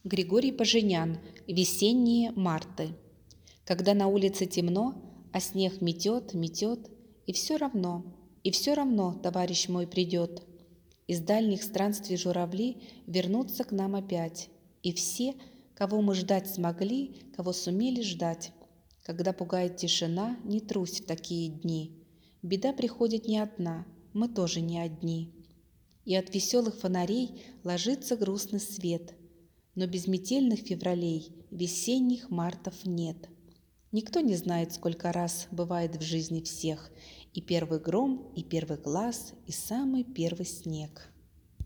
Григорий Поженян. Весенние марты. Когда на улице темно, а снег метет, метет, и все равно, товарищ мой придет. Из дальних странствий журавли вернутся к нам опять, и все, кого мы ждать смогли, кого сумели ждать. Когда пугает тишина, не трусь в такие дни. Беда приходит не одна, мы тоже не одни. И от веселых фонарей ложится грустный свет. Но безметельных февралей, весенних мартов нет. Никто не знает, сколько раз бывает в жизни всех и первый гром, и первый глаз, и самый первый снег.